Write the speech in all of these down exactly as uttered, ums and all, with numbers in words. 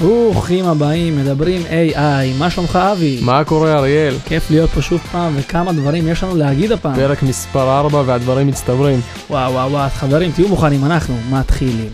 ברוכים הבאים, מדברים איי איי, מה שלומך אבי? מה קורה אריאל? כיף להיות פה שוב פעם, וכמה דברים יש לנו להגיד הפעם. פרק מספר ארבע והדברים מצטברים. וואו וואו וואו, חברים, תהיו מוכנים, אנחנו מתחילים.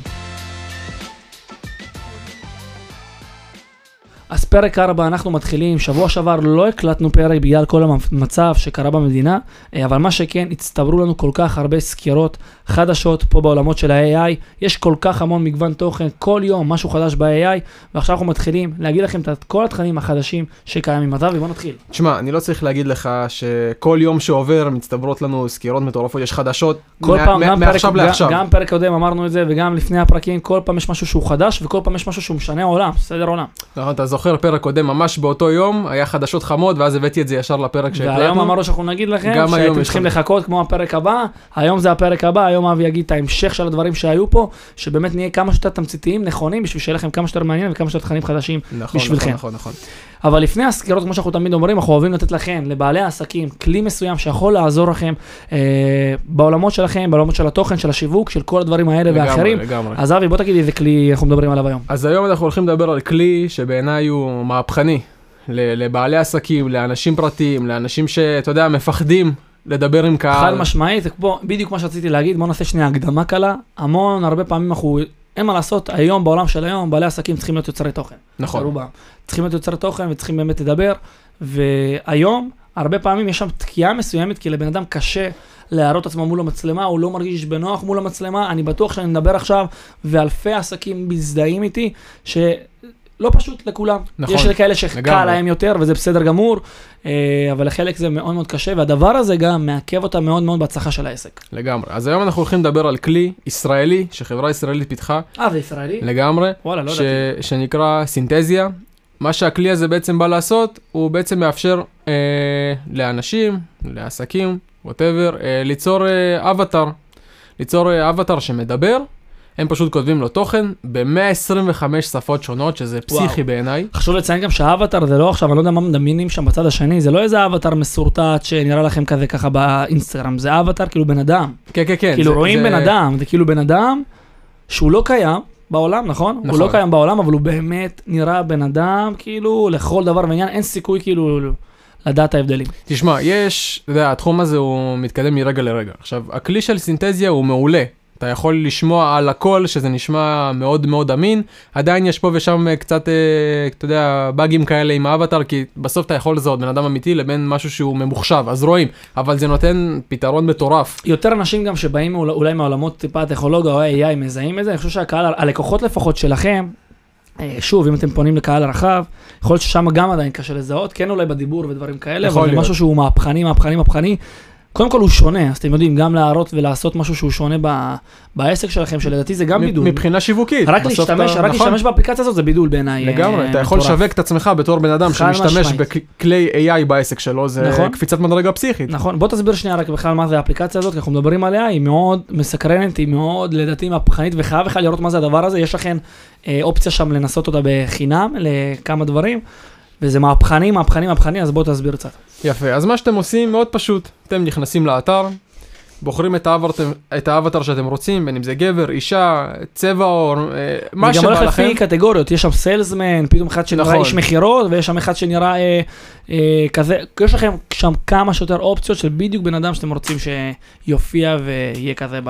אז פרק ארבע אנחנו מתחילים, שבוע שעבר לא הקלטנו פרק בגלל כל המצב שקרה במדינה, אבל מה שכן, הצטברו לנו כל כך הרבה סקירות חדשות פה בעולמות של ה-איי איי, יש כל כך המון מגוון תוכן, כל יום משהו חדש ב-איי איי, ועכשיו אנחנו מתחילים להגיד לכם את כל התכנים החדשים שקיימים. אז ובוא נתחיל. תשמע, אני לא צריך להגיד לך שכל יום שעובר מצטברות לנו סקירות מטורפות, יש חדשות כל פעם, גם פרק, גם, גם פרק קודם אמרנו את זה, וגם לפני הפרקים, כל פעם יש משהו שהוא חדש, וכל פעם יש משהו שהוא משנה עולם, סדר עולם. אתה זוכר פרק קודם, ממש באותו יום, היה חדשות חמות, ואז הבאתי את זה ישר לפרק שהקלטנו. והיום אמרנו שאנחנו נגיד לכם, שאתם צריכים לחכות כמו הפרק הבא, היום זה הפרק הבא, היום אבי יגיד את ההמשך של הדברים שהיו פה, שבאמת נהיה כמה שיותר תמציתיים, נכונים, בשביל שיהיה לכם כמה שיותר מעניין, וכמה שיותר תכנים חדשים נכון, בשבילכם. נכון, נכון, נכון. אבל לפני הסקירות, כמו שאנחנו תמיד אומרים, אנחנו אוהבים לתת לכם, לבעלי העסקים, כלי מסוים שיכול לעזור לכם אה, בעולמות שלכם, בעולמות של התוכן, של השיווק, של כל הדברים האלה לגמרי, ואחרים. לגמרי. אז אבי, בוא תגיד איזה כלי אנחנו מדברים עליו היום. אז היום אנחנו הולכים לדבר על כלי שבעיניי הוא מהפכני, לבעלי עסקים, לאנשים פרטיים, לאנשים שאתה יודע, מפחדים לדבר עם קהל. חד משמעית, בוא, בדיוק מה שרציתי להגיד, בוא נעשה שנייה הקדמה קלה. המון, הרבה פעמים אנחנו, אין מה לעשות, היום, בעולם של היום, בעלי עסקים צריכים להיות יוצרי תוכן. נכון. ברובם. צריכים להיות יוצרי תוכן וצריכים באמת לדבר, והיום, הרבה פעמים יש שם תקיעה מסוימת, כי לבן אדם קשה להראות עצמו מול המצלמה, הוא לא מרגיש בנוח מול המצלמה, אני בטוח שאני מדבר עכשיו, ואלפי עסקים מזדהים איתי, ש... לא פשוט לכולם. נכון, יש לכאלה שקל להם יותר, וזה בסדר גמור, אבל לחלק זה מאוד מאוד קשה, והדבר הזה גם מעכב אותה מאוד מאוד בהצלחה של העסק. לגמרי. אז היום אנחנו הולכים לדבר על כלי ישראלי, שחברה ישראלית פיתחה. אה, זה ישראלי? לגמרי. וואלה, לא ש... יודעתי. שנקרא סינתזיה. מה שהכלי הזה בעצם בא לעשות, הוא בעצם מאפשר אה, לאנשים, לעסקים, whatever, אה, ליצור אה, אבטר. ליצור אה, אבטר שמדבר, הם פשוט כותבים לו תוכן ב-מאה עשרים וחמש שפות שונות, שזה פסיכי בעיניי. חשוב לציין גם שהאבטר זה לא עכשיו, אני לא יודע מה מדמיינים שם בצד השני, זה לא איזה אבטר מסורטט שנראה לכם כזה ככה באינסטגרם, זה אבטר כאילו בן אדם. כן, כן, כן. כאילו רואים בן אדם, זה כאילו בן אדם שהוא לא קיים בעולם, נכון? הוא לא קיים בעולם, אבל הוא באמת נראה בן אדם, כאילו לכל דבר ועניין, אין סיכוי כאילו לדעת ההבדלים. תשמע, יש, אתה יודע, התחום הזה הוא מתקדם מרגע לרגע. עכשיו, הכלי של סינתזיה הוא מעולה. אתה יכול לשמוע על הכל, שזה נשמע מאוד מאוד אמין, עדיין יש פה ושם קצת, אתה יודע, באגים כאלה עם האבטר, כי בסוף אתה יכול לזהות בין אדם אמיתי לבין משהו שהוא ממוחשב, אז רואים, אבל זה נותן פתרון מטורף. יותר אנשים גם שבאים אולי מעולמות טיפה הטכנולוגיה או איי איי מזהים את זה, אני חושב שהקהל, הלקוחות לפחות שלכם, שוב, אם אתם פונים לקהל הרחב, יכול להיות ששם גם עדיין קשה לזהות, כן אולי בדיבור ודברים כאלה, אבל זה משהו שהוא מהפכני, מהפכני, מהפכני, קודם כל הוא שונה, אז אתם יודעים, גם להראות ולעשות משהו שהוא שונה בעסק שלכם, שלדעתי זה גם בידול. מבחינה שיווקית. רק להשתמש, רק להשתמש באפליקציה הזאת זה בידול בעיניי. לגמרי, אתה יכול לשווק את עצמך בתור בן אדם שמשתמש בכלי איי איי בעסק שלו, זה קפיצת מדרגה פסיכית. נכון, בוא תסביר שנייה רק בכלל מה זה האפליקציה הזאת, כי אנחנו מדברים עליה, היא מאוד מסקרנת, היא מאוד לדעתי מהפכנית, וחייב בכלל לראות מה זה הדבר הזה, יש לכם אופציה שם לנסות אותה בחינם לכמה דברים. וזה מהפכני, מהפכני, מהפכני, אז בואו תסביר קצת. יפה, אז מה שאתם עושים מאוד פשוט. אתם נכנסים לאתר, בוחרים את האבטר, את האבטר שאתם רוצים, בין אם זה גבר, אישה, צבע עור, מה שבא לכם. וגם הולך לפי קטגוריות, יש שם סיילסמן, פתאום אחד שנראה איש מחירות, ויש שם אחד שנראה אה, אה, כזה, יש לכם שם כמה שיותר אופציות של בדיוק בן אדם שאתם רוצים שיופיע ויהיה כזה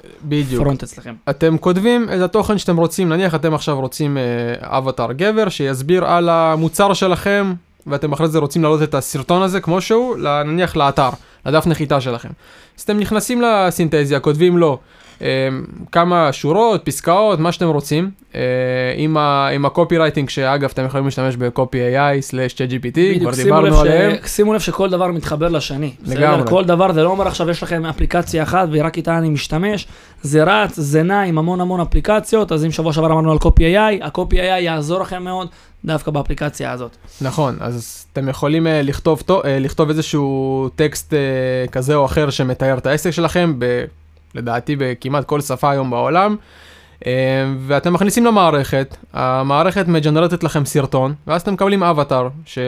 בפרונט אצלכם. אתם כותבים את התוכן שאתם רוצים, נניח אתם עכשיו רוצים אה, אבטר גבר, שיסביר על המוצר שלכם, ואתם אחרי זה רוצים להעלות את הסרטון הזה כמו שהוא, נניח לאתר, לדף נחיתה שלכם. אז אתם נכנסים לסינתזיה, כותבים לו אה, כמה שורות, פסקאות, מה שאתם רוצים, אה, עם, ה, עם הקופי רייטינג, שאגב אתם יכולים להשתמש בקופי איי איי סלש צ'אט ג'י פי טי, כבר דיברנו עליהם. שימו לב שכל דבר מתחבר לשני. לגמרי. כל דבר, זה לא אומר עכשיו יש לכם אפליקציה אחת, ורק איתה אני משתמש, זה רץ, זה נע עם המון המון אפליקציות, אז אם שבוע שעבר אמרנו על קופי איי איי, הקופי איי איי יעזור לכם מאוד, דווקא באפליקציה הזאת. נכון, אז אתם יכולים לכתוב, לכתוב איזשהו טקסט כזה או אחר שמתאר את העסק שלכם, ב, לדעתי בכמעט כל שפה היום בעולם, ואתם מכניסים למערכת, המערכת מג'נרטת לכם סרטון, ואז אתם מקבלים אבטר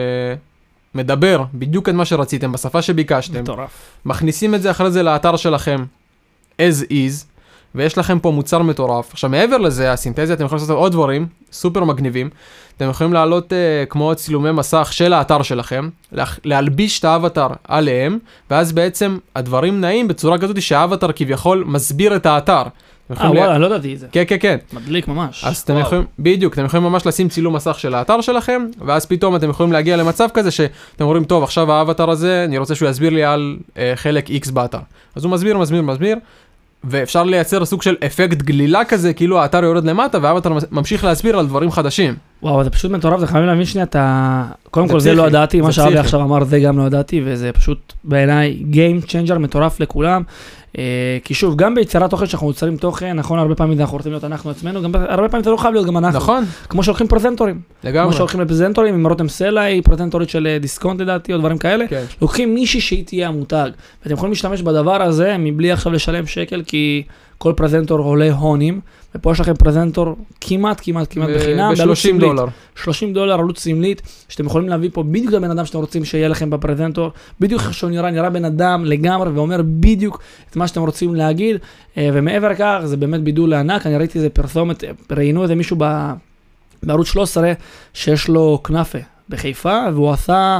שמדבר בדיוק את מה שרציתם, בשפה שביקשתם. מטורף. מכניסים את זה אחרי זה לאתר שלכם, as is, ויש לכם פה מוצר מטורף. עכשיו, מעבר לזה, הסינתזיה, אתם יכולים לעשות עוד דברים, סופר מגניבים. אתם יכולים לעלות uh, כמו צילומי מסך של האתר שלכם, להלביש את האבטר עליהם, ואז בעצם הדברים נעים בצורה כזאת שהאבטר כביכול מסביר את האתר. אה, וואלה, אני לא ידעתי את זה. כן, כן, כן. מדליק ממש. אז אתם יכולים, בדיוק, אתם יכולים ממש לשים צילום מסך של האתר שלכם, ואז פתאום אתם יכולים להגיע למצב כזה שאתם אומרים, טוב, עכשיו האבטר הזה, אני רוצה שהוא יסביר לי על אה, חלק X באתר. אז הוא מסביר, מסביר, מסביר, ואפשר לייצר סוג של אפקט גלילה כזה, כאילו האתר יורד למטה, והאבטר ממשיך להסביר על דברים חדשים. וואו, זה פשוט מטורף, זה חייבים להבין שנייה, אתה... קודם כל זה לא ידעתי, מה שאבי עכשיו אמר, זה גם לא ידעתי, וזה פשוט בעיניי Game Changer מטורף לכולם. כי שוב, גם ביצירת תוכן שאנחנו יוצרים תוכן, נכון, הרבה פעמים אנחנו רוצים להיות אנחנו עצמנו, גם הרבה פעמים זה לא חייב להיות גם אנחנו. נכון. כמו שהולכים פרזנטורים. לגמרי. כמו שהולכים לפרזנטורים, עם רותם סלע, היא פרזנטורית של דיסקונט לדעתי, או דברים כאלה. כן. לוקחים מישהי שהיא תהיה המותג. ואתם יכולים להשתמש בדבר הזה, מבלי עכשיו לשלם שקל, כי כל פרזנטור עולה הונים, ופה יש לכם פרזנטור כמעט, כמעט, כמעט בחינם. ב-שלושים דולר. שלושים דולר עלות סמלית, שאתם יכולים להביא פה בדיוק את הבן אדם שאתם רוצים שיהיה לכם בפרזנטור, בדיוק איך שהוא נראה, נראה בן אדם לגמרי, ואומר בדיוק את מה שאתם רוצים להגיד, ומעבר כך, זה באמת בידול לענק. אני ראיתי איזה פרסומת, ראינו איזה מישהו בערוץ שלוש עשרה, שיש לו כנאפה בחיפה, והוא עשה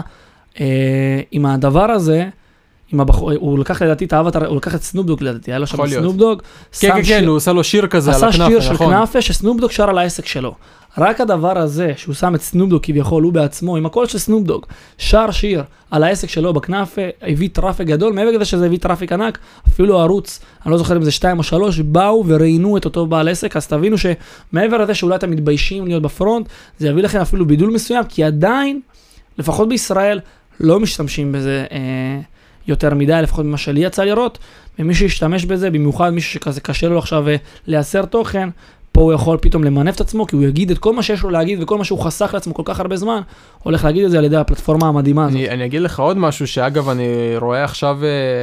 עם הדבר הזה, עם הבחור, הוא לקח לדעתי את האבטר, הוא לקח את סנופדוג לדעתי, היה לו שם סנופדוג. כן, כן, כן, הוא עשה לו שיר כזה על הכנאפה, נכון. עשה שיר של כנאפה שסנופדוג שר על העסק שלו. רק הדבר הזה, שהוא שם את סנופדוג כביכול, הוא בעצמו, עם הקול של סנופדוג, שר שיר על העסק שלו בכנאפה, הביא טראפיק גדול, מעבר לזה שזה הביא טראפיק ענק, אפילו הערוץ, אני לא זוכר אם זה שתיים או שלוש, באו וראינו את אותו בעל עסק, אז תבינו שמעבר לזה שאולי אתם מתביישים להיות בפרונט, זה יביא לכם אפילו בידול מסוים, כי עדיין, לפחות בישראל, לא משתמשים בזה אה, יותר מדי, לפחות ממה שלי יצא לראות, ומי שישתמש בזה, במיוחד מישהו שכזה קשה לו עכשיו לייצר תוכן, פה הוא יכול פתאום למנף את עצמו, כי הוא יגיד את כל מה שיש לו להגיד, וכל מה שהוא חסך לעצמו כל כך הרבה זמן, הולך להגיד את זה על ידי הפלטפורמה המדהימה הזאת. אני, אני אגיד לך עוד משהו, שאגב אני רואה עכשיו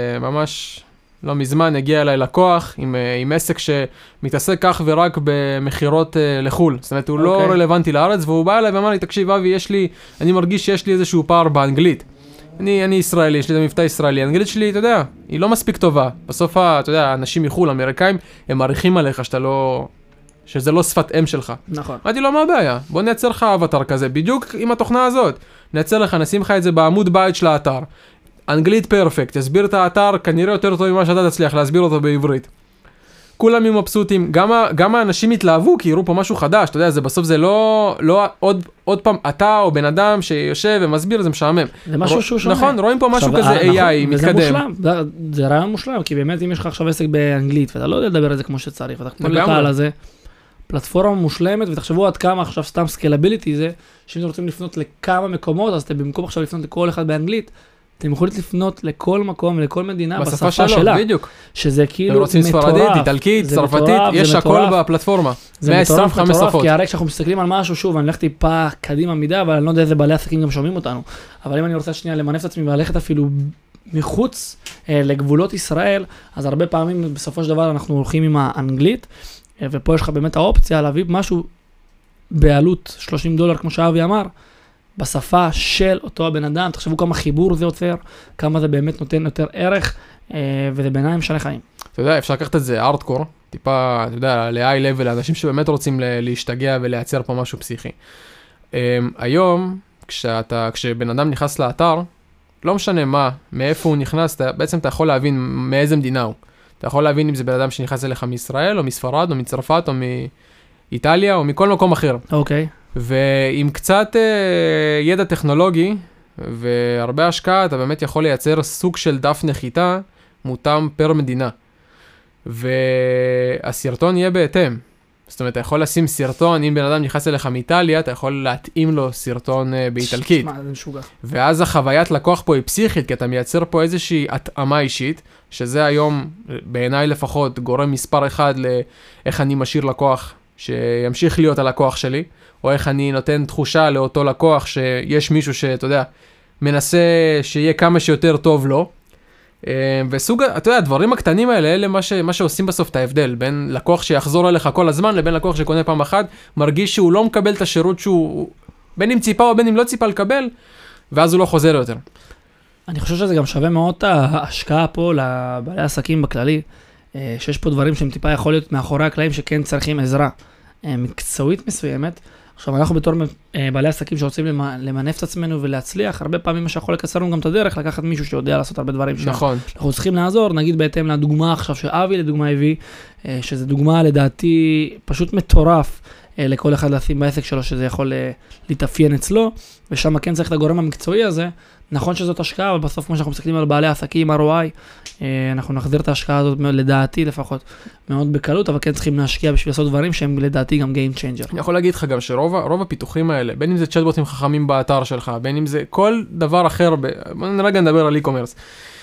ממש לא מזמן, הגיע אליי לקוח עם, עם עסק שמתעסק כך ורק במחירות לחול. זאת אומרת, הוא okay. לא רלוונטי לארץ, והוא בא אליי ואמר לי, תקשיב אבי, יש לי, אני מרגיש שיש לי איזשהו פער באנגלית. אני, אני ישראלי, יש לי את המבטא ישראלי, האנגלית שלי, אתה יודע, היא לא מספיק טובה. בסוף, אתה יודע, אנשים מחול, אמריקאים, הם מעריכים עליך שאתה לא... שזה לא שפת אם שלך. נכון. אמרתי לו, מה הבעיה? בוא נייצר לך אבטר כזה, בדיוק עם התוכנה הזאת. נייצר לך, נשים לך את זה בעמוד בית של האתר. אנגלית פרפקט, תסביר את האתר, כנראה יותר טוב ממה שאתה תצליח להסביר אותו בעברית. כולם יהיו מבסוטים, גם, גם האנשים התלהבו, כי יראו פה משהו חדש, אתה יודע, זה בסוף זה לא, לא עוד, עוד פעם, אתה או בן אדם שיושב ומסביר, זה משעמם. זה משהו שהוא שונה. נכון, רואים פה משהו כזה איי איי מתקדם. וזה מושלם, זה, זה רעיון מושלם, כי באמת אם יש לך עכשיו עסק באנגלית, ואתה לא יודע לדבר על זה כמו שצריך, ואתה כמו לך על זה, פלטפורמה מושלמת, ותחשבו עד כמה עכשיו סתם סקלביליטי זה, שאם אתם רוצים לפנות לכמה מקומות, אז אתם במקום עכשיו לפנות לכל אחד באנגלית, אתם יכולים לפנות לכל מקום, לכל מדינה, בשפה, בשפה שלה. בדיוק. שזה כאילו מטורף. אתם רוצים ספרדית, איטלקית, צרפתית, יש הכל בפלטפורמה. זה מטורף, מטורף, כי הרי כשאנחנו מסתכלים על משהו, שוב, אני הולכתי פעם קדימה מידה, אבל אני לא יודע איזה בעלי עסקים גם שומעים אותנו. אבל אם אני רוצה שנייה למנף את עצמי וללכת אפילו מחוץ אה, לגבולות ישראל, אז הרבה פעמים בסופו של דבר אנחנו הולכים עם האנגלית, אה, ופה יש לך באמת האופציה להביא משהו בעלות שלושים דולר, כמו שאבי אמר, בשפה של אותו הבן אדם. תחשבו כמה חיבור זה יוצר, כמה זה באמת נותן יותר ערך, וזה בעיניים משנה חיים. אתה יודע, אפשר לקחת את זה ארטקור, טיפה, אתה יודע, ל-high level, לאנשים שבאמת רוצים להשתגע ולייצר פה משהו פסיכי. היום, כשאתה, כשבן אדם נכנס לאתר, לא משנה מה, מאיפה הוא נכנס, אתה, בעצם אתה יכול להבין מאיזה מדינה הוא. אתה יכול להבין אם זה בן אדם שנכנס אליך מישראל, או מספרד, או מצרפת, או מאיטליה, או מכל מקום אחר. אוקיי. ועם קצת אה, ידע טכנולוגי והרבה השקעה, אתה באמת יכול לייצר סוג של דף נחיתה מותאם פר מדינה. והסרטון יהיה בהתאם. זאת אומרת, אתה יכול לשים סרטון, אם בן אדם נכנס אליך מאיטליה, אתה יכול להתאים לו סרטון אה, באיטלקית. מה, זה משוגע. ואז החוויית לקוח פה היא פסיכית, כי אתה מייצר פה איזושהי התאמה אישית, שזה היום, בעיניי לפחות, גורם מספר אחד לאיך אני משאיר לקוח שימשיך להיות הלקוח שלי, או איך אני נותן תחושה לאותו לקוח שיש מישהו שאתה יודע, מנסה שיהיה כמה שיותר טוב לו. וסוג, אתה יודע, הדברים הקטנים האלה, אלה מה, ש, מה שעושים בסוף את ההבדל, בין לקוח שיחזור אליך כל הזמן, לבין לקוח שקונה פעם אחת, מרגיש שהוא לא מקבל את השירות שהוא, בין אם ציפה או בין אם לא ציפה לקבל, ואז הוא לא חוזר יותר. אני חושב שזה גם שווה מאוד ההשקעה פה לבעלי עסקים בכללי, שיש פה דברים שהם טיפה יכול להיות מאחורי הקלעים שכן צריכים עזרה מקצועית מסוימת. עכשיו, אנחנו בתור בעלי עסקים שרוצים למנף את עצמנו ולהצליח, הרבה פעמים מה שיכול לקצר לנו גם את הדרך, לקחת מישהו שיודע לעשות הרבה דברים שם. נכון. אנחנו צריכים לעזור, נגיד בהתאם לדוגמה עכשיו שאבי לדוגמה הביא, שזה דוגמה לדעתי פשוט מטורף לכל אחד לשים בעסק שלו, שזה יכול להתאפיין אצלו, ושם כן צריך את הגורם המקצועי הזה. נכון שזאת השקעה, אבל בסוף כמו שאנחנו מסתכלים על בעלי עסקים, אר או איי, אנחנו נחזיר את ההשקעה הזאת לדעתי לפחות מאוד בקלות, אבל כן צריכים להשקיע בשביל לעשות דברים שהם לדעתי גם game changer. אני יכול להגיד לך גם שרוב רוב הפיתוחים האלה, בין אם זה צ'אטבוטים חכמים באתר שלך, בין אם זה כל דבר אחר, בוא נרגע נדבר על e-commerce.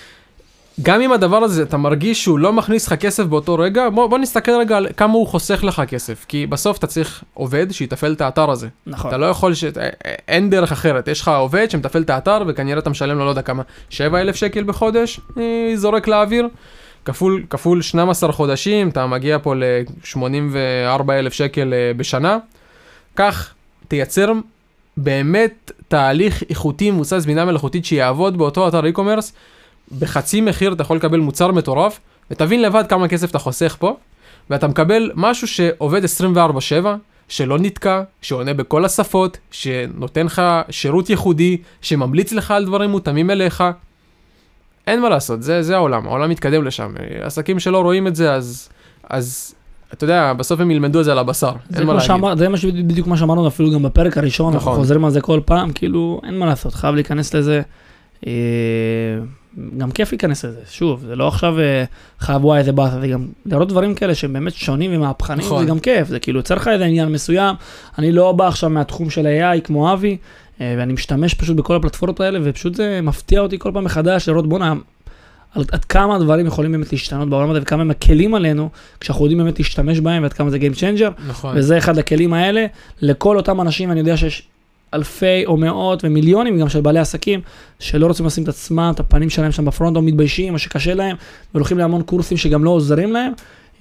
גם אם הדבר הזה, אתה מרגיש שהוא לא מכניס לך כסף באותו רגע, בוא, בוא נסתכל רגע על כמה הוא חוסך לך כסף, כי בסוף אתה צריך עובד שיתפעל את האתר הזה. נכון. אתה לא יכול, ש... אין דרך אחרת, יש לך עובד שמתפעל את האתר, וכנראה אתה משלם לו לא יודע כמה, שבעה אלף שקל בחודש, זורק לאוויר, כפול, כפול שנים עשר חודשים, אתה מגיע פה ל-שמונים וארבעה אלף שקל בשנה, כך תייצר באמת תהליך איכותי, מוצץ בינה מלאכותית שיעבוד באותו אתר e-commerce, בחצי מחיר אתה יכול לקבל מוצר מטורף, ותבין לבד כמה כסף אתה חוסך פה, ואתה מקבל משהו שעובד עשרים וארבע שבע, שלא נתקע, שעונה בכל השפות, שנותן לך שירות ייחודי, שממליץ לך על דברים מותאמים אליך. אין מה לעשות, זה, זה העולם, העולם מתקדם לשם. עסקים שלא רואים את זה, אז, אז אתה יודע, בסוף הם ילמדו את זה על הבשר. אין מה להגיד. שאמר, זה בדיוק מה שאמרנו אפילו גם בפרק הראשון, נכון. אנחנו חוזרים על זה כל פעם, כאילו אין מה לעשות, חייב להיכנס לזה. אה... גם כיף להיכנס לזה, שוב, זה לא עכשיו חייב וואי איזה באס, זה גם לראות דברים כאלה שהם באמת שונים ומהפכנים, נכון. זה גם כיף, זה כאילו יוצר לך איזה עניין מסוים, אני לא בא עכשיו מהתחום של ה-איי איי כמו אבי, ואני משתמש פשוט בכל הפלטפורמות האלה, ופשוט זה מפתיע אותי כל פעם מחדש, לראות בונה, עד כמה הדברים יכולים באמת להשתנות בעולם הזה, וכמה הם מקלים עלינו, כשאנחנו יודעים באמת להשתמש בהם, ועד כמה זה game changer, נכון. וזה אחד הכלים האלה, לכל אותם אנשים, אני יודע שיש אלפי או מאות ומיליונים גם של בעלי עסקים, שלא רוצים לשים את עצמם, את הפנים שלהם שם בפרונט, או מתביישים, או שקשה להם, והולכים להמון קורסים שגם לא עוזרים להם,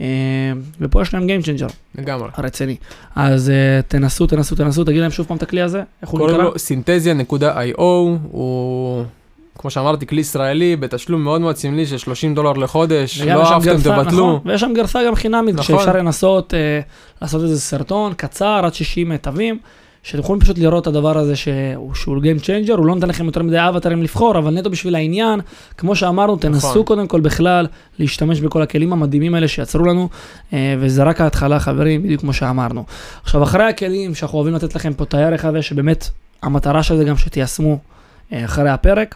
ופה יש להם game changer. לגמרי. הרציני. אז תנסו, תנסו, תנסו, תגיד להם שוב פעם את הכלי הזה, איך הוא נקרא? סינתזיה נקודה איי או, הוא, כמו שאמרתי, כלי ישראלי, בתשלום מאוד מאוד סמלי של שלושים דולר לחודש, לא אהבתם, תבטלו. ויש שם גרסה גם חינמית, שאפשר לנסות לעשות איזה סרטון קצר, עד שישים תווים, שאתם יכולים פשוט לראות את הדבר הזה שהוא, שהוא game changer, הוא לא נותן לכם יותר מדי אבטרים לבחור, אבל נטו בשביל העניין, כמו שאמרנו, תנסו נכון. קודם כל בכלל להשתמש בכל הכלים המדהימים האלה שיצרו לנו, וזה רק ההתחלה, חברים, בדיוק כמו שאמרנו. עכשיו, אחרי הכלים שאנחנו אוהבים לתת לכם פה את הערך הזה, שבאמת המטרה של זה גם שתיישמו אחרי הפרק,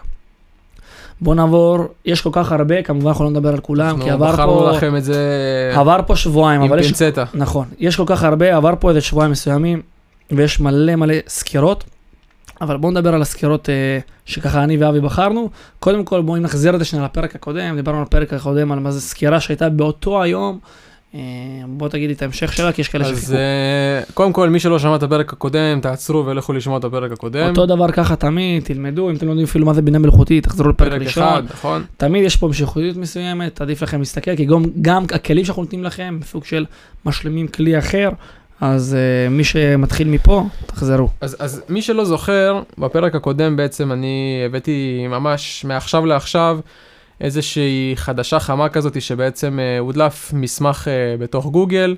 בוא נעבור, יש כל כך הרבה, כמובן אנחנו לא נדבר על כולם, כי עבר פה... אנחנו בחרנו לכם את זה... עבר פה שבועיים, עם פינצטה. יש... נכון, יש כל כך הרבה, עבר פה איזה שבועיים מסוימים, ויש מלא מלא סקירות, אבל בואו נדבר על הסקירות אה, שככה אני ואבי בחרנו. קודם כל בואו נחזיר את זה שנייה לפרק הקודם, דיברנו על הפרק הקודם, על מה זה סקירה שהייתה באותו היום, אה, בואו תגידי את ההמשך שלה, כי יש כאלה שחיכו. אז אה, קודם כל מי שלא שמע את הפרק הקודם, תעצרו ולכו לשמוע את הפרק הקודם. אותו דבר ככה תמיד, תלמדו, אם אתם לא יודעים אפילו מה זה בינה מלאכותית, תחזרו לפרק ראשון. אחד, נכון. תמיד יש פה המשכיות מסוימת, עדיף לכם להסתכל, כי גם, גם הכלים שאנחנו נותנים לכם, בסוג של משלימים כלי אחר, אז uh, מי שמתחיל מפה, תחזרו. אז, אז מי שלא זוכר, בפרק הקודם בעצם אני הבאתי ממש מעכשיו לעכשיו איזושהי חדשה חמה כזאת שבעצם uh, הודלף מסמך uh, בתוך גוגל,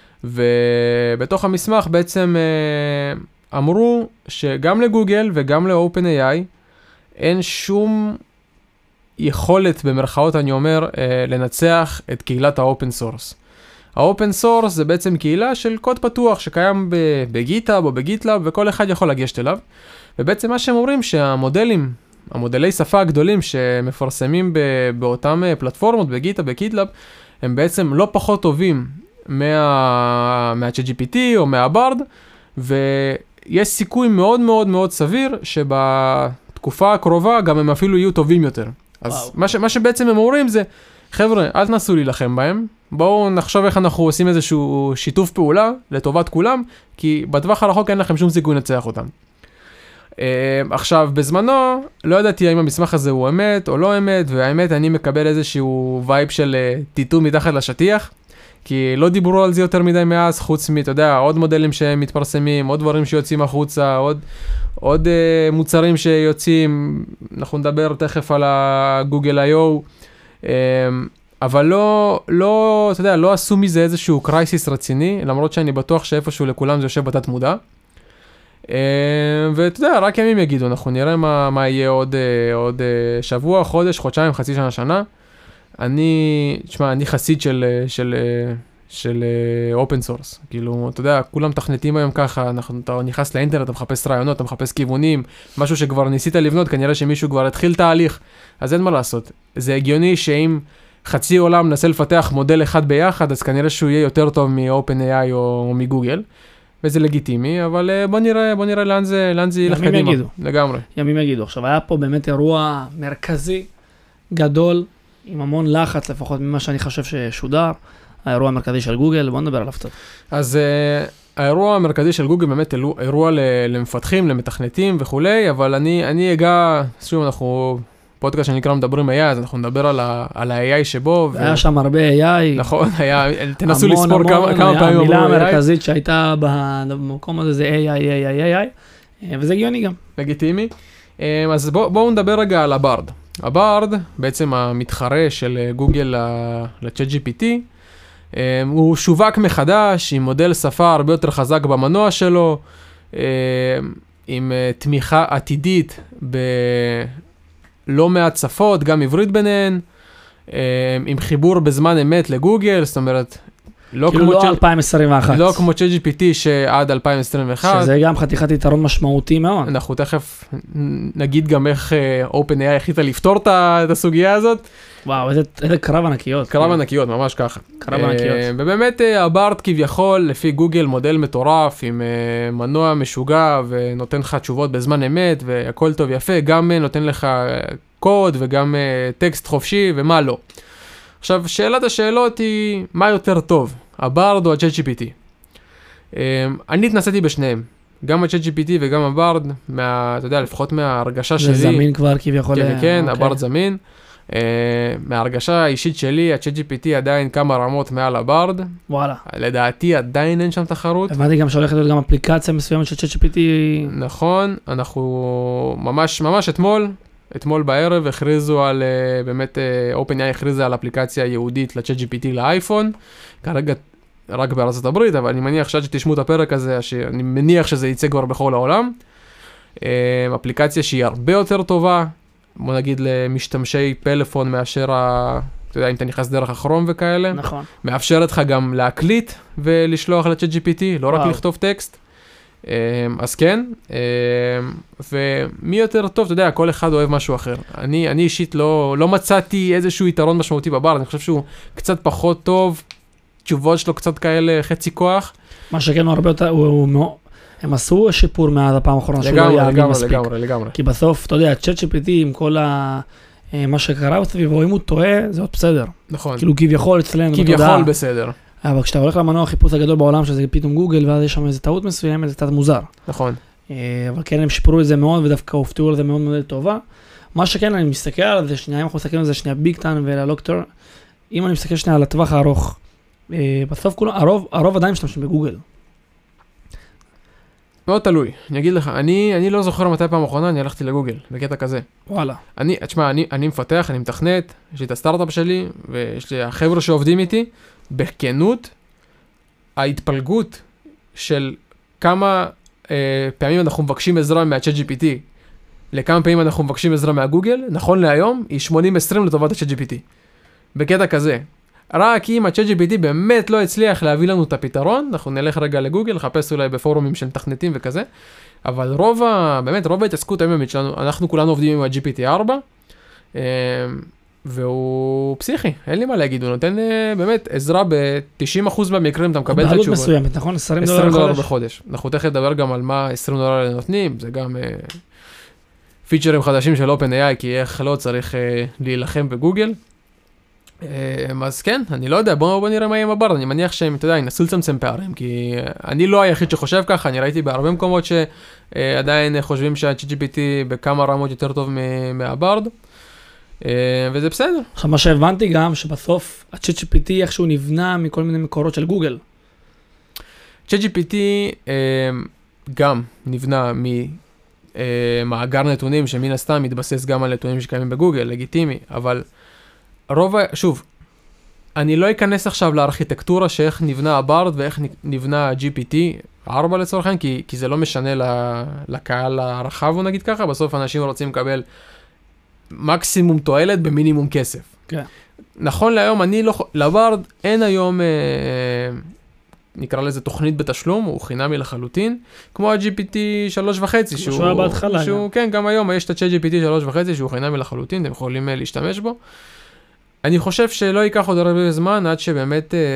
ובתוך המסמך בעצם uh, אמרו שגם לגוגל וגם ל-OpenAI אין שום יכולת במרכאות אני אומר uh, לנצח את קהילת האופן סורס. האופן סורס זה בעצם קהילה של קוד פתוח שקיים בגיטהאב או בגיטלאב וכל אחד יכול לגשת אליו. ובעצם מה שהם אומרים שהמודלים, המודלי שפה הגדולים שמפרסמים באותם פלטפורמות בגיטהאב, בגיטלאב, הם בעצם לא פחות טובים מה, מה-ChatGPT או מה-Bard, ויש סיכוי מאוד מאוד מאוד סביר שבתקופה הקרובה גם הם אפילו יהיו טובים יותר. אז מה, ש, מה שבעצם הם אומרים זה, חבר'ה, אל תנסו להילחם בהם, בואו נחשוב איך אנחנו עושים איזשהו שיתוף פעולה לטובת כולם, כי בטווח הרחוק אין לכם שום סיכוי לנצח אותם. Uh, עכשיו, בזמנו, לא ידעתי האם המסמך הזה הוא אמת או לא אמת, והאמת אני מקבל איזשהו וייב של uh, טיטום מתחת לשטיח, כי לא דיברו על זה יותר מדי מאז, חוץ מ, אתה יודע, עוד מודלים שמתפרסמים, עוד דברים שיוצאים החוצה, עוד, עוד uh, מוצרים שיוצאים, אנחנו נדבר תכף על הגוגל איי או, uh, אבל לא, לא, אתה יודע, לא עשו מזה איזשהו קרייסיס רציני, למרות שאני בטוח שאיפשהו לכולם זה יושב בתת מודע. ואתה יודע, רק ימים יגידו, אנחנו נראה מה, מה יהיה עוד, עוד שבוע, חודש, חודשיים, חצי שנה, שנה. אני, תשמע, אני חסיד של, של, של אופן סורס. כאילו, אתה יודע, כולם תכנתים היום ככה, אנחנו, אתה נכנס לאינטרנט, אתה מחפש רעיונות, אתה מחפש כיוונים, משהו שכבר ניסית לבנות, כנראה שמישהו כבר התחיל תהליך, אז אין מה לעשות. זה הגיוני שאם חצי עולם נסה לפתח מודל אחד ביחד, אז כנראה שהוא יהיה יותר טוב מ-OpenAI או, או מגוגל. וזה לגיטימי, אבל בוא נראה, בוא נראה לאן זה, לאן זה ילך קדימה. יגידו. לגמרי. ימים יגידו. עכשיו, היה פה באמת אירוע מרכזי, גדול, עם המון לחץ, לפחות ממה שאני חושב ששודר, האירוע המרכזי של גוגל, בוא נדבר עליו קצת. אז uh, האירוע המרכזי של גוגל באמת אירוע למפתחים, למתכנתים וכולי, אבל אני, אני אגע, שוב, אנחנו פודקאסט שנקרא מדברים איי איי, אז אנחנו נדבר על ה-איי איי שבו. היה ו... שם הרבה איי איי. נכון, היה, תנסו המון, לספור המון, כמה, כמה פעמים. המילה המרכזית שהייתה במקום הזה זה איי איי, איי איי, איי איי, וזה הגיוני גם. לגיטימי. אז בואו בוא נדבר רגע על הבארד. הבארד, בעצם המתחרה של גוגל ל-צ'אט ג'י פי טי, הוא שווק מחדש עם מודל שפה הרבה יותר חזק במנוע שלו, עם תמיכה עתידית בלא מעט שפות, גם עברית ביניהן, עם חיבור בזמן אמת לגוגל, זאת אומרת, לא כאילו כמו לא צ'אט- אלפיים עשרים ואחת. לא כמו צ'אט ג'י פי טי שעד אלפיים עשרים ואחת. שזה גם חתיכת יתרון משמעותי מאוד. אנחנו תכף נגיד גם איך OpenAI החליטה לפתור את ה- את הסוגיה הזאת. וואו, איזה איזה קרב ענקיות. קרב ענקיות, ממש ככה. קרב ענקיות. אה, ובאמת אה, הבארד כביכול, לפי גוגל, מודל מטורף, עם אה, מנוע משוגע, ונותן לך תשובות בזמן אמת, והכל טוב יפה, גם אה, נותן לך אה, קוד, וגם אה, טקסט חופשי, ומה לא. עכשיו, שאלת השאלות היא, מה יותר טוב, הבארד או ה-צ'אט ג'י פי טי? אה, אני התנסיתי בשניהם, גם ה-צ'אט ג'י פי טי וגם הבארד, מה, אתה יודע, לפחות מההרגשה שלי. זה זמין כבר כביכול. כן, כן, אוקיי. הבארד זמין. Uh, מההרגשה האישית שלי, ה-צ'אט ג'י פי טי עדיין כמה רמות מעל הבארד. וואלה. לדעתי עדיין אין שם תחרות. הבנתי גם שהולכת להיות גם אפליקציה מסוימת של צ'אט ג'י פי טי. נכון, אנחנו ממש, ממש אתמול, אתמול בערב הכריזו על, uh, באמת uh, OpenAI הכריזה על אפליקציה ייעודית ל-צ'אט ג'י פי טי לאייפון. כרגע רק בארצות הברית, אבל אני מניח שעד שתשמעו את הפרק הזה, אני מניח שזה יצא כבר בכל העולם. Uh, אפליקציה שהיא הרבה יותר טובה. בוא נגיד למשתמשי פלאפון מאשר, ה... אתה יודע, אם אתה נכנס דרך הכרום וכאלה. נכון. מאפשרת לך גם להקליט ולשלוח לצ'אט ג'י פי טי, לא רק וואו. לכתוב טקסט. אז כן, ומי יותר טוב, אתה יודע, כל אחד אוהב משהו אחר. אני, אני אישית לא, לא מצאתי איזשהו יתרון משמעותי בבארד, אני חושב שהוא קצת פחות טוב, תשובות שלו קצת כאלה חצי כוח. מה שכן הוא הרבה יותר, הוא, הוא מאוד, הם עשו שיפור מאז הפעם האחרונה שהוא לא לגמרי, היה אמין לגמרי, מספיק. לגמרי, לגמרי. כי בסוף, אתה יודע, צ'אט ג'י פי טי עם כל ה... מה שקרה בסביבו, אם הוא טועה, זה עוד בסדר. נכון. כאילו כביכול אצלנו, כביכול בסדר. אבל כשאתה הולך למנוע החיפוש הגדול בעולם, שזה פתאום גוגל, ואז יש שם איזו טעות מסוימת, זה קצת מוזר. נכון. אבל כן, הם שיפרו את זה מאוד, ודווקא הופתעו על זה מאוד מאוד טובה. מה שכן, אני מסתכל על זה שנייה, אם אנחנו מסתכלים על זה שנייה ביג טן וללוקטור, אם אני מסתכל שנייה על הטווח הארוך, בסוף כולו, הרוב, הרוב עדיין משתמשים בגוגל. מאוד תלוי, אני אגיד לך, אני, אני לא זוכר מתי פעם האחרונה, אני הלכתי לגוגל, בקטע כזה. וואלה. אני, תשמע, אני, אני מפתח, אני מתכנת, יש לי את הסטארט-אפ שלי, ויש לי החבר'ה שעובדים איתי, בכנות, ההתפלגות של כמה אה, פעמים אנחנו מבקשים עזרה מה-צ'אט ג'י פי טי, לכמה פעמים אנחנו מבקשים עזרה מהגוגל, נכון להיום, היא שמונים עשרים לטובת ה-צ'אט ג'י פי טי. בקטע כזה. רק אם ה-צ'אט ג'י פי טי באמת לא הצליח להביא לנו את הפתרון, אנחנו נלך רגע לגוגל, לחפש אולי בפורומים של מתכנתים וכזה, אבל רוב ה... באמת, רוב ההתעסקות היומיומית שלנו, אנחנו כולנו עובדים עם ה-ג'י פי טי ארבע, והוא פסיכי, אין לי מה להגיד, הוא נותן באמת עזרה ב-תשעים אחוז מהמקרים, אתה מקבל את התשובות. בעלות מסוימת, נכון? עשרים דולר עשרים דולר בחודש. בחודש. אנחנו תכף נדבר גם על מה עשרים דולר נותנים, זה גם פיצ'רים חדשים של OpenAI, כי איך לא צריך להילחם בגוגל. אז כן, אני לא יודע, בואו בוא נראה מה יהיה עם הבארד, אני מניח שהם, אתה יודע, ינסו לצמצם פערים, כי אני לא היחיד שחושב ככה, אני ראיתי בהרבה מקומות שעדיין חושבים שה-צ'אט ג'י פי טי בכמה רמות יותר טוב מהבארד, וזה בסדר. עכשיו, מה שהבנתי גם, שבסוף ה-צ'אט ג'י פי טי איכשהו נבנה מכל מיני מקורות של גוגל. צ'אט ג'י פי טי גם נבנה ממאגר נתונים, שמן הסתם מתבסס גם על נתונים שקיימים בגוגל, לגיטימי, אבל רוב, שוב, אני לא אכנס עכשיו לארכיטקטורה שאיך נבנה הברד ואיך נבנה ה-ג'י פי טי ארבע לצורך העניין, כי, כי זה לא משנה לקהל הרחב, או נגיד ככה, בסוף אנשים רוצים לקבל מקסימום תועלת במינימום כסף. כן. נכון להיום, אני לא, לברד אין היום, אה, נקרא לזה תוכנית בתשלום, הוא חינמי לחלוטין, כמו ה-ג'י פי טי שלוש וחצי, שהוא, שהוא היה בהתחלה. שהוא, כן, גם היום יש את ה-ג'י פי טי שלוש וחצי, שהוא חינמי לחלוטין, אתם יכולים להשתמש בו. אני חושב שלא ייקח עוד הרבה זמן, עד שבאמת אה,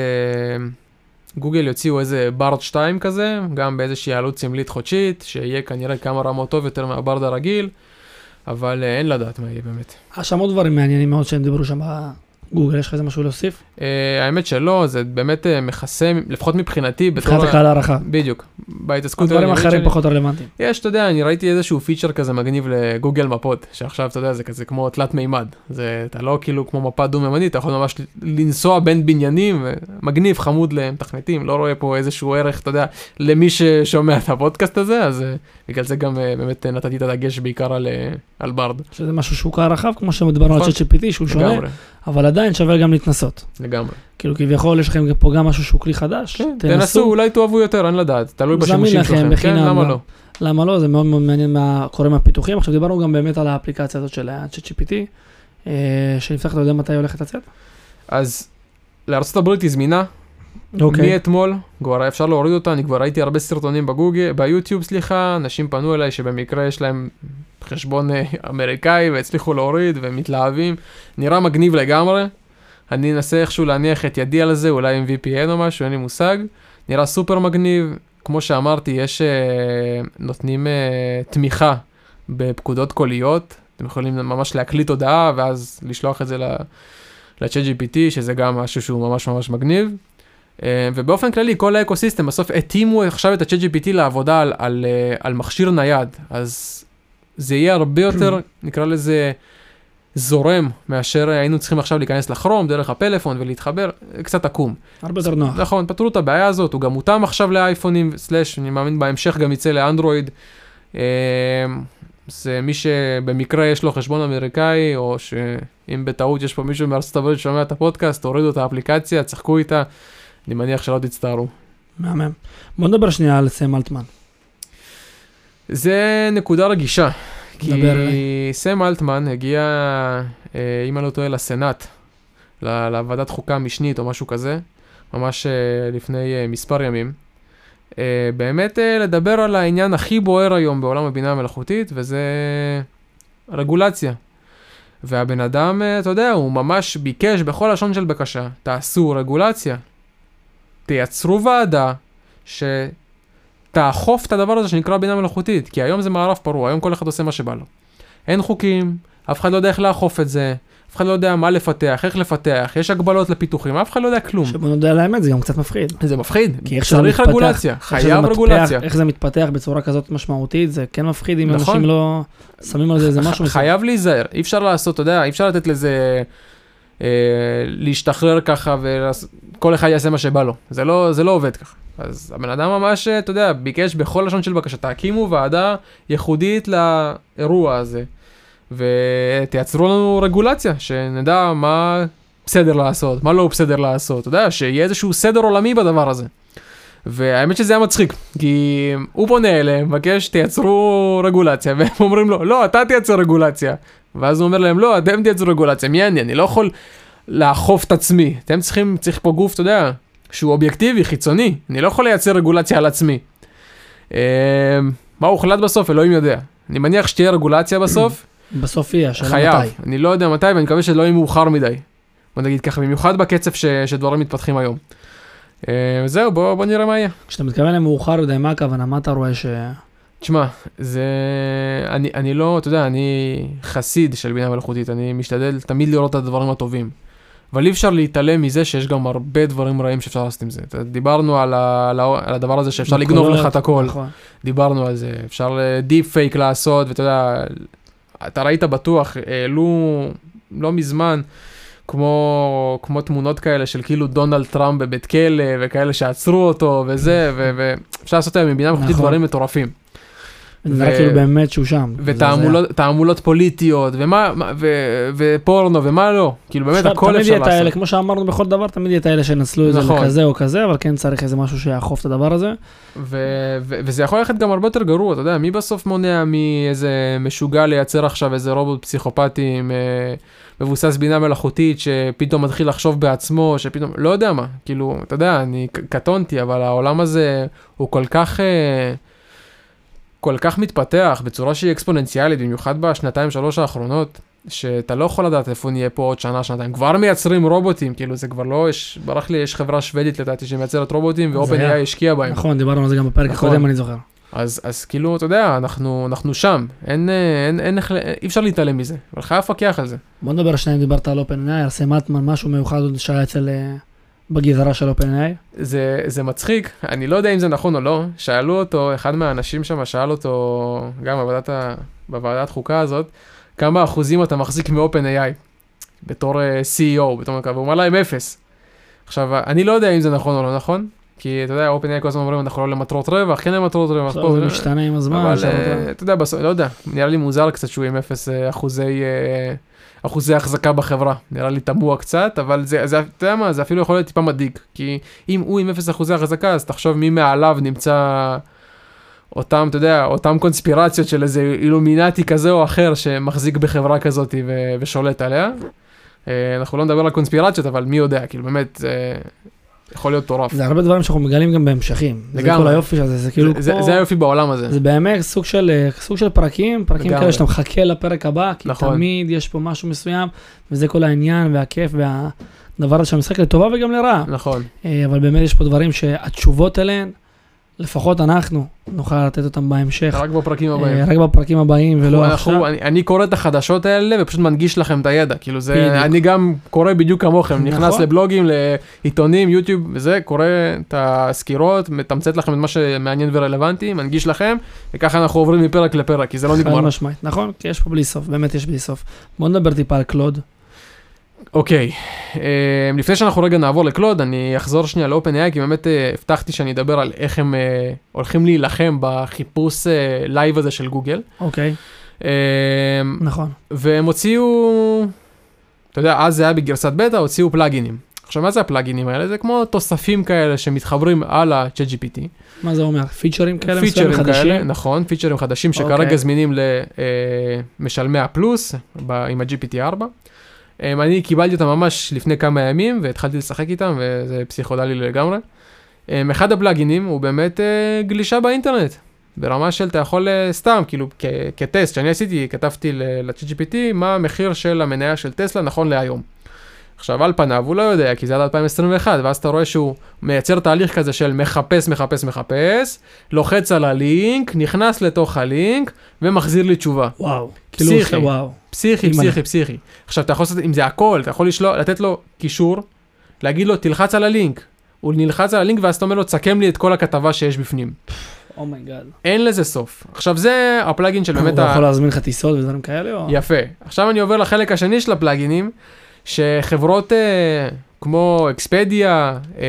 גוגל יוציאו איזה ברד שתיים כזה, גם באיזושהי עלות סמלית חודשית, שיהיה כנראה כמה רמות טוב יותר מהברד הרגיל, אבל אה, אין לדעת מה יהיה באמת. יש שם עוד דברים מעניינים מאוד שהם דיברו שם בגוגל, יש לך איזה משהו להוסיף? Uh, האמת שלא, זה באמת uh, מכסה, לפחות מבחינתי, מבחינת הקהל הערכה. בדיוק. בהתעסקות... דברים אחרים פחות רלוונטיים. יש, אתה יודע, אני ראיתי איזשהו פיצ'ר כזה מגניב לגוגל מפות, שעכשיו, אתה יודע, זה כזה כמו תלת מימד. זה, אתה לא כאילו כמו מפה דו-ממדית, אתה יכול ממש לנסוע בין בניינים, מגניב, חמוד למתכנתים, לא רואה פה איזשהו ערך, אתה יודע, למי ששומע את הפודקאסט הזה, אז בגלל זה גם באמת נתתי את הדגש בעיקר על, על ברד. שזה משהו שהוא קהל רחב, כמו שמדברנו על צ'אט ג'י פי טי, שהוא שונה, אבל עדיין שווה גם להתנסות. לגמרי. כאילו כביכול יש לכם פה גם משהו שהוא כלי חדש, כן, תנסו, תנסו, אולי תאהבו יותר, אין לדעת, תלוי בשימושים שלכם, כן, למה לא? למה לא, זה מאוד מאוד מעניין מה קורה מהפיתוחים. עכשיו דיברנו גם באמת על האפליקציה הזאת של ה-צ'אט ג'י פי טי, שנפתח, אתה יודע מתי הולכת לצאת? אז לארצות הברית היא זמינה, אוקיי. מאתמול, כבר אפשר להוריד אותה, אני כבר ראיתי הרבה סרטונים בגוגל, ביוטיוב סליחה, אנשים פנו אליי שבמקרה יש להם חשבון אמריקאי והצליחו להוריד ומתלהבים, נראה מגניב לגמרי, אני אנסה איכשהו להניח את ידי על זה, אולי עם וי פי אן או משהו, אין לי מושג, נראה סופר מגניב, כמו שאמרתי, יש, נותנים תמיכה בפקודות קוליות, אתם יכולים ממש להקליט הודעה ואז לשלוח את זה ל-צ'אט ג'י פי טי, שזה גם משהו שהוא ממש ממש מגניב, ובאופן כללי, כל האקוסיסטם, בסוף התאימו עכשיו את ה-צ'אט ג'י פי טי לעבודה על, על, על מכשיר נייד, אז זה יהיה הרבה יותר, נקרא לזה, זורם, מאשר היינו צריכים עכשיו להיכנס לכרום, דרך הפלאפון ולהתחבר, קצת עקום. הרבה יותר נוח. נכון, פתרו את הבעיה הזאת, הוא גם מותאם עכשיו לאייפונים, סלש, אני מאמין בהמשך גם יצא לאנדרואיד, זה מי שבמקרה יש לו חשבון אמריקאי, או שאם בטעות יש פה מישהו מארצות הברית ששומע את הפודקאסט, תורידו את האפליקציה, צחקו איתה, אני מניח שלא תצטערו. מהמם. בוא נדבר שנייה על סם אלטמן. זה נקודה רגישה. כי סם אלטמן הגיע, אם אני לא טועה, לסנאט, לוועדת חוקה משנית או משהו כזה, ממש לפני מספר ימים. באמת לדבר על העניין הכי בוער היום בעולם הבינה המלאכותית, וזה רגולציה. והבן אדם, אתה יודע, הוא ממש ביקש בכל לשון של בקשה, תעשו רגולציה. תייצרו ועדה שתאכוף את הדבר הזה שנקרא בינה מלאכותית, כי היום זה מערב פרוע, היום כל אחד עושה מה שבא לו. אין חוקים, אף אחד לא יודע איך לאכוף את זה, אף אחד לא יודע מה לפתח, איך לפתח, יש הגבלות לפיתוחים, אף אחד לא יודע כלום. שבוא נודע לאמת, זה גם קצת מפחיד. זה מפחיד, צריך רגולציה, חייב רגולציה. איך זה מתפתח בצורה כזאת משמעותית, זה כן מפחיד אם אנשים לא שמים על זה איזה משהו. חייב להיזהר, אי אפשר לעשות, אתה יודע, אי אפשר לתת לזה להשתחרר ככה וכל אחד יעשה מה שבא לו. זה לא, זה לא עובד ככה. אז הבן אדם ממש, אתה יודע, ביקש בכל לשון של בקשה, תקימו ועדה ייחודית לאירוע הזה. ותייצרו לנו רגולציה, שנדע מה בסדר לעשות, מה לא בסדר לעשות, אתה יודע, שיהיה איזשהו סדר עולמי בדבר הזה. והאמת שזה היה מצחיק, כי הוא פונה אליהם, מבקש, תייצרו רגולציה, והם אומרים לו, לא, אתה תייצר רגולציה. ואז הוא אומר להם, לא, אתם תייצרו רגולציה, מי אני? אני לא יכול לאכוף את עצמי. אתם צריכים, צריך פה גוף, אתה יודע, שהוא אובייקטיבי, חיצוני. אני לא יכול לייצר רגולציה על עצמי. מה הוחלט בסוף? אלוהים יודע. אני מניח שתהיה רגולציה בסוף, בסוף יהיה, השאלה מתי. חייב, אני לא יודע מתי, ואני מקווה שלא יהיה מאוחר מדי. בוא נגיד ככה, במיוחד בקצב ש, שדברים מתפתחים היום. וזהו, בוא, בוא נראה מה יהיה. כשאתה מתכוון למאוחר, יודע מה הכוונה, מה אתה רואה ש... תשמע, זה... אני, אני לא, אתה יודע, אני חסיד של בינה מלאכותית, אני משתדל תמיד לראות את הדברים הטובים. אבל אי אפשר להתעלם מזה שיש גם הרבה דברים רעים שאפשר לעשות עם זה. דיברנו על, ה, על הדבר הזה שאפשר לגנוב לך את הכל. נכון. דיברנו על זה, אפשר דיפ פייק לעשות, ואתה יודע... אתה ראית בטוח, העלו לא מזמן, כמו, כמו תמונות כאלה של כאילו דונלד טראמפ בבית כלא, וכאלה שעצרו אותו וזה, ואפשר לעשות להם מבינה מלאכותית דברים מטורפים. זה נראה כאילו באמת שהוא שם. ותעמולות פוליטיות, ופורנו, ומה לא. כאילו באמת הכל אפשר לעשות. האלה, כמו שאמרנו בכל דבר, תמיד יהיה את האלה שנסלו את זה לכזה או כזה, אבל כן צריך איזה משהו שיאכוף את הדבר הזה. וזה יכול ללכת גם הרבה יותר גרוע, אתה יודע, מי בסוף מונע מאיזה משוגע לייצר עכשיו איזה רובוט פסיכופטי מבוסס בינה מלאכותית, שפתאום מתחיל לחשוב בעצמו, שפתאום, לא יודע מה, כאילו, אתה יודע, אני קטונתי, אבל העולם הזה הוא כל כך... כל כך מתפתח בצורה שהיא אקספוננציאלית, במיוחד בשנתיים שלוש האחרונות, שאתה לא יכול לדעת איפה נהיה פה עוד שנה, שנתיים. כבר מייצרים רובוטים, כאילו זה כבר לא, יש, ברח לי, יש חברה שוודית לדעתי שמייצרת רובוטים, ואופן איי השקיע בהם. נכון, דיברנו על זה גם בפרק הקודם, אני זוכר. אז, אז כאילו, אתה יודע, אנחנו, אנחנו שם, אין, אין, אין, אין, אי אפשר להתעלם מזה, אבל חייב לפקח על זה. בוא נדבר שניים, דיברת על אופן איי, על סמטמן, משהו מיוחד עוד שהיה אצל... בגזרה של אופן איי. זה, זה מצחיק, אני לא יודע אם זה נכון או לא, שאלו אותו, אחד מהאנשים שם שאל אותו, גם בוועדת, ה, בוועדת חוקה הזאת, כמה אחוזים אתה מחזיק מאופן איי, בתור uh, סי אי או, בתור מקווה, הוא אומר להם אפס. עכשיו, אני לא יודע אם זה נכון או לא נכון, כי אתה יודע, אופן איי כל הזמן אומרים, אנחנו לא למטרות רווח, כן למטרות רווח. עכשיו זה משתנה עם הזמן. אבל אתה יודע, לא יודע, נראה לי מוזר קצת שהוא עם אפס אחוזי... אחוזי החזקה בחברה, נראה לי תמוה קצת, אבל זה, זה, אתה יודע מה, זה אפילו יכול להיות טיפה מדאיג, כי אם הוא עם אפס אחוזי החזקה, אז תחשוב מי מעליו נמצא אותם, אתה יודע, אותם קונספירציות של איזה אילומינטי כזה או אחר, שמחזיק בחברה כזאת ו- ושולט עליה. אנחנו לא נדבר על קונספירציות, אבל מי יודע, כאילו באמת, יכול להיות טורף. זה הרבה דברים שאנחנו מגלים גם בהמשכים. זה כל היופי שזה, זה כאילו זה, כמו... זה היופי בעולם הזה. זה באמת סוג של, סוג של פרקים, פרקים כאלה שאתה מחכה לפרק הבא, כי נכון. תמיד יש פה משהו מסוים, וזה כל העניין והכיף והדבר הזה שהמשחק לטובה וגם לרעה. נכון. אבל באמת יש פה דברים שהתשובות אליהן, לפחות אנחנו נוכל לתת אותם בהמשך. רק בפרקים הבאים. רק בפרקים הבאים ולא עכשיו. אני, אני קורא את החדשות האלה ופשוט מנגיש לכם את הידע. כאילו זה, אני גם קורא בדיוק כמוכם. נכנס לבלוגים, לעיתונים, יוטיוב וזה, קורא את הסקירות, מתמצאת לכם את מה שמעניין ורלוונטי, מנגיש לכם, וככה אנחנו עוברים מפרק לפרק, כי זה לא נגמר. חד משמעית. נכון, כי יש פה בלי סוף, באמת יש בלי סוף. בוא נדבר טיפה על קלוד. אוקיי, לפני שאנחנו רגע נעבור לקלוד, אני אחזור שנייה לאופן איי, כי באמת הבטחתי שאני אדבר על איך הם הולכים להילחם בחיפוש לייב הזה של גוגל. אוקיי, נכון. והם הוציאו, אתה יודע, אז זה היה בגרסת בטא, הוציאו פלאגינים. עכשיו, מה זה הפלאגינים האלה? זה כמו תוספים כאלה שמתחברים על ה-צ'אט ג'י פי טי. מה זה אומר? פיצ'רים כאלה? פיצ'רים כאלה, נכון, פיצ'רים חדשים שכרגע זמינים למשלמי הפלוס עם ה-ג'י פי טי ארבע. אני קיבלתי אותם ממש לפני כמה ימים, והתחלתי לשחק איתם, וזה פסיכודלי לגמרי. אחד הפלאגינים הוא באמת גלישה באינטרנט, ברמה של אתה יכול סתם, כאילו כטסט שאני עשיתי, כתבתי ל-צ'אט ג'י פי טי, מה המחיר של המניה של טסלה נכון להיום. עכשיו על פניו הוא לא יודע, כי זה עד אלפיים עשרים ואחת, ואז אתה רואה שהוא מייצר תהליך כזה של מחפש, מחפש, מחפש, לוחץ על הלינק, נכנס לתוך הלינק, ומחזיר לי תשובה. וואו. פסיכי, וואו. פסיכי, פסיכי, פסיכי. עכשיו אתה יכול לעשות, אם זה הכל, אתה יכול לשלוח, לתת לו קישור, להגיד לו, תלחץ על הלינק. הוא נלחץ על הלינק, ואז אתה אומר לו, תסכם לי את כל הכתבה שיש בפנים. אומייגאד. אין לזה סוף. עכשיו זה הפלאגין של באמת... הוא יכול להזמין לך טיסות ודברים כאלה, או? יפה. עכשיו אני עובר לחלק השני של הפלאגינים, שחברות אה, כמו אקספדיה אה,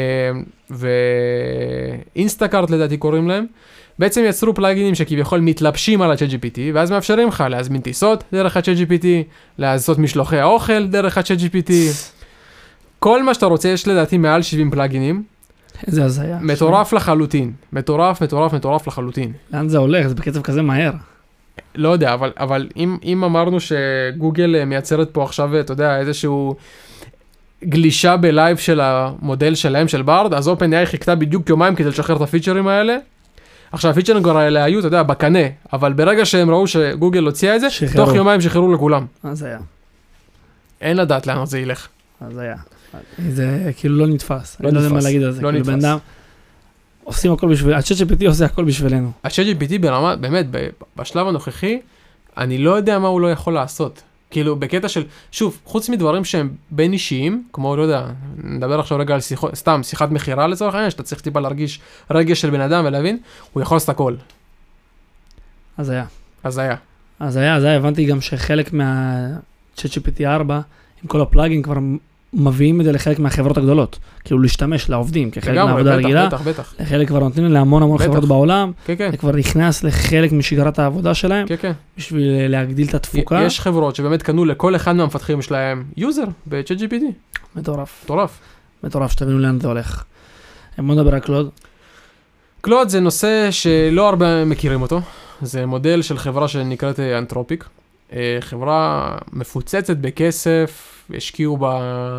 ואינסטקארט לדעתי קוראים להם, בעצם יצרו פלאגינים שכביכול מתלבשים על ה-צ'אט ג'י פי טי, ואז מאפשרים לך להזמין טיסות דרך ה-צ'אט ג'י פי טי, לעשות משלוחי האוכל דרך ה-צ'אט ג'י פי טי. כל מה שאתה רוצה, יש לדעתי מעל שבעים פלאגינים. איזה הזיה. מטורף לחלוטין. מטורף, מטורף, מטורף לחלוטין. לאן זה הולך? זה בקצב כזה מהר. לא יודע, אבל, אבל אם, אם אמרנו שגוגל מייצרת פה עכשיו, אתה יודע, איזשהו גלישה בלייב של המודל שלהם, של בארד, אז אופן איי חיכתה בדיוק יומיים כדי לשחרר את הפיצ'רים האלה. עכשיו, הפיצ'רים כבר האלה היו, אתה יודע, בקנה, אבל ברגע שהם ראו שגוגל הוציאה את זה, שחררו. תוך יומיים שחררו לכולם. אז היה. אין לדעת לאן זה ילך. אז היה. זה כאילו לא נתפס. לא אני נתפס. לא יודע מה להגיד על זה. לא כאילו נתפס. עושים הכל בשביל, ה-צ'אט ג'י פי טי עושה הכל בשבילנו. ה-צ'אט ג'י פי טי ברמה, באמת, בשלב הנוכחי, אני לא יודע מה הוא לא יכול לעשות. כאילו, בקטע של, שוב, חוץ מדברים שהם בין אישיים, כמו, לא יודע, נדבר עכשיו רגע על שיחות, סתם, שיחת מחירה לצורך העניין, שאתה צריך טיפה להרגיש רגש של בן אדם ולהבין, הוא יכול לעשות הכל. אז היה. אז היה. אז היה, אז היה, הבנתי גם שחלק מה-צ'אט ג'י פי טי ארבע, עם כל הפלאגין כבר מביאים את זה לחלק מהחברות הגדולות, כאילו להשתמש לעובדים כחלק לגמרי, מהעבודה בטח, הרגילה, בטח, בטח. לחלק כבר נותנים להמון המון בטח. חברות בעולם, כן, כן. זה כבר נכנס לחלק משגרת העבודה שלהם, כן, כן. בשביל להגדיל את התפוקה. יש חברות שבאמת קנו לכל אחד מהמפתחים שלהם יוזר ב-צ'אט ג'י פי טי. מטורף, מטורף. מטורף, שתבינו לאן זה הולך. בוא נדבר על קלוד. קלוד זה נושא שלא הרבה מכירים אותו. זה מודל של חברה שנקראת אנתרופיק. חברה מפוצצת בכסף, השקיעו בה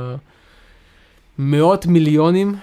מאות מיליונים,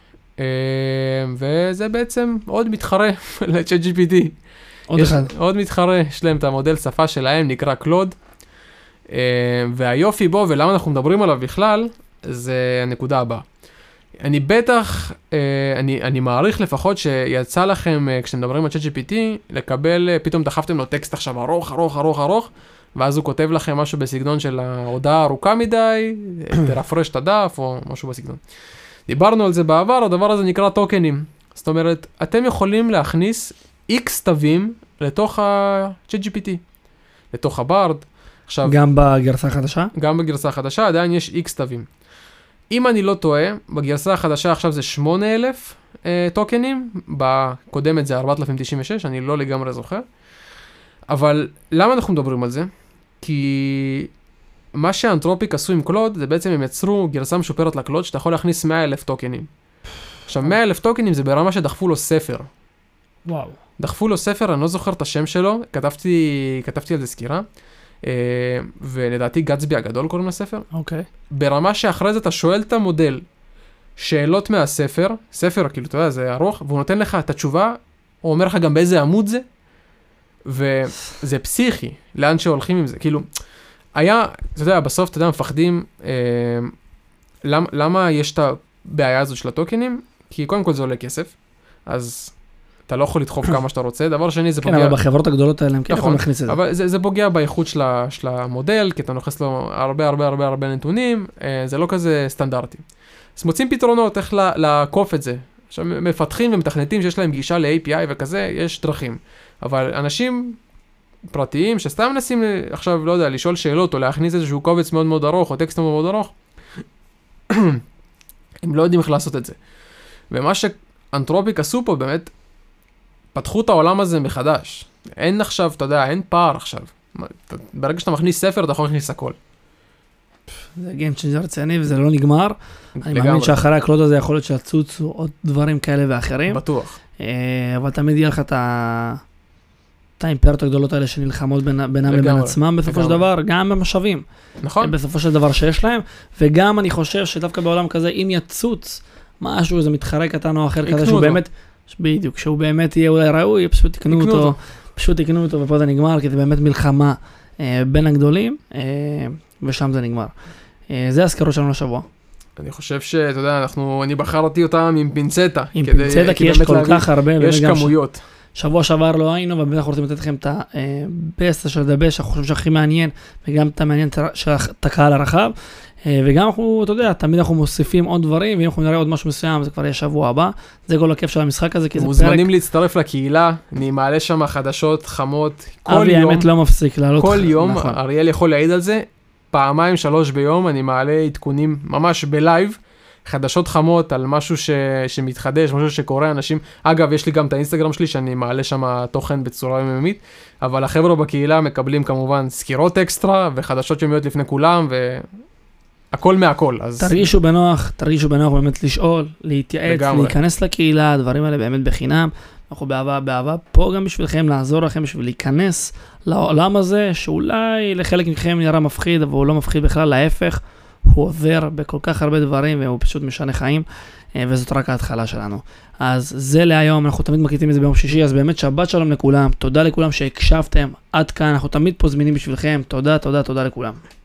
וזה בעצם עוד מתחרה ל-צ'אט ג'י פי טי. עוד יש, אחד. עוד מתחרה, יש להם את המודל שפה שלהם, נקרא קלוד. והיופי בו, ולמה אנחנו מדברים עליו בכלל, זה הנקודה הבאה. אני בטח, אני, אני מעריך לפחות שיצא לכם, כשאתם מדברים על צ'אט ג'י פי טי, לקבל, פתאום דחפתם לו טקסט עכשיו ארוך, ארוך, ארוך, ארוך, ואז הוא כותב לכם משהו בסגנון של ההודעה ארוכה מדי, תרפרש את הדף או משהו בסגנון. דיברנו על זה בעבר, הדבר הזה נקרא טוקנים. זאת אומרת, אתם יכולים להכניס X תווים לתוך ה-צ'אט ג'י פי טי, לתוך הברד. עכשיו, גם בגרסה החדשה? גם בגרסה החדשה, עדיין יש X תווים. אם אני לא טועה, בגרסה החדשה עכשיו זה שמונה אלף אה, טוקנים, בקודמת זה ארבעת אלפים תשעים ושש, אני לא לגמרי זוכר. אבל למה אנחנו מדברים על זה? כי מה שאנתרופיק עשו עם קלוד, זה בעצם הם יצרו גרסה משופרת לקלוד, שאתה יכול להכניס מאה אלף טוקנים. עכשיו, מאה אלף טוקנים זה ברמה שדחפו לו ספר. וואו. דחפו לו ספר, אני לא זוכר את השם שלו, כתבתי, כתבתי על זה סקירה. ולדעתי גצבי הגדול קוראים לספר. אוקיי. ברמה שאחרי זה אתה שואל את המודל שאלות מהספר, ספר כאילו אתה יודע זה ארוך, והוא נותן לך את התשובה, הוא אומר לך גם באיזה עמוד זה, וזה פסיכי, לאן שהולכים עם זה, כאילו, היה, אתה יודע, בסוף אתה יודע, מפחדים, אה, למ, למה יש את הבעיה הזאת של הטוקנים? כי קודם כל זה עולה כסף, אז אתה לא יכול לדחוף כמה שאתה רוצה. דבר שני, זה פוגע... כן, אבל בחברות הגדולות האלה הם כן יכולים להכניס את זה. אבל זה, זה פוגע באיכות של, ה, של המודל, כי אתה נוכס לו הרבה הרבה הרבה הרבה נתונים, זה לא כזה סטנדרטי. אז מוצאים פתרונות איך לעקוף את זה. עכשיו, מפתחים ומתכנתים שיש להם גישה ל-איי פי איי וכזה, יש דרכים. אבל אנשים פרטיים שסתם מנסים עכשיו, לא יודע, לשאול שאלות או להכניס איזשהו קובץ מאוד מאוד ארוך או טקסט מאוד מאוד ארוך, הם לא יודעים איך לעשות את זה. ומה שאנתרופיק עשו פה באמת, פתחו את העולם הזה מחדש. אין עכשיו, אתה יודע, אין פער עכשיו. ברגע שאתה מכניס ספר, אתה יכול להכניס הכל. זה game changer רציני וזה לא נגמר. אני מאמין שאחרי הקלוד הזה יכול להיות שהצוצו עוד דברים כאלה ואחרים. בטוח. אבל תמיד יהיה לך את האימפריות הגדולות האלה שנלחמות בינם לבין עצמם בסופו של דבר, גם במשאבים. נכון. בסופו של דבר שיש להם, וגם אני חושב שדווקא בעולם כזה, אם יצוץ משהו, זה מתחרה קטן או אחר כזה, שהוא באמת, בדיוק, שהוא באמת יהיה אולי ראוי, פשוט תקנו אותו, פשוט תקנו אותו, ופה זה נגמר, כי זה באמת מלחמה בין הגדולים, ושם זה נגמר. זה הסקרות שלנו לשבוע. אני חושב שאתה יודע, אנחנו, אני בחרתי אותם עם פינצטה. עם פינצטה, כי יש כל כך הרבה. יש כמויות. שבוע שעבר לא היינו, ובאמת אנחנו רוצים לתת לכם את הבסט של הדבש, אנחנו חושבים שהכי מעניין, וגם את המעניין את הקהל הרחב, וגם אנחנו, אתה יודע, תמיד אנחנו מוסיפים עוד דברים, ואם אנחנו נראה עוד משהו מסוים, זה כבר יהיה שבוע הבא, זה כל הכיף של המשחק הזה, כי זה פרק... מוזמנים להצטרף לקהילה, אני מעלה שם חדשות חמות, כל אבי, יום, האמת לא מפסיק לעלות. כל יום, נכון. אריאל יכול להעיד על זה, פעמיים, שלוש ביום, אני מעלה עדכונים ממש בלייב, חדשות חמות על משהו ש... שמתחדש, משהו שקורה, אנשים, אגב, יש לי גם את האינסטגרם שלי, שאני מעלה שם תוכן בצורה יומיומית, אבל החבר'ה בקהילה מקבלים כמובן סקירות אקסטרה, וחדשות יומיות לפני כולם, והכל מהכל. אז... תרגישו בנוח, תרגישו בנוח באמת לשאול, להתייעץ, לגמרי. להיכנס לקהילה, הדברים האלה באמת בחינם, אנחנו באהבה, באהבה, פה גם בשבילכם, לעזור לכם, בשביל להיכנס לעולם הזה, שאולי לחלק מכם נראה מפחיד, אבל הוא לא מפחיד בכלל, להפך, הוא עובר בכל כך הרבה דברים, והוא פשוט משנה חיים, וזאת רק ההתחלה שלנו. אז זה להיום, אנחנו תמיד מקליטים את זה ביום שישי, אז באמת שבת שלום לכולם, תודה לכולם שהקשבתם, עד כאן, אנחנו תמיד פה זמינים בשבילכם, תודה, תודה, תודה לכולם.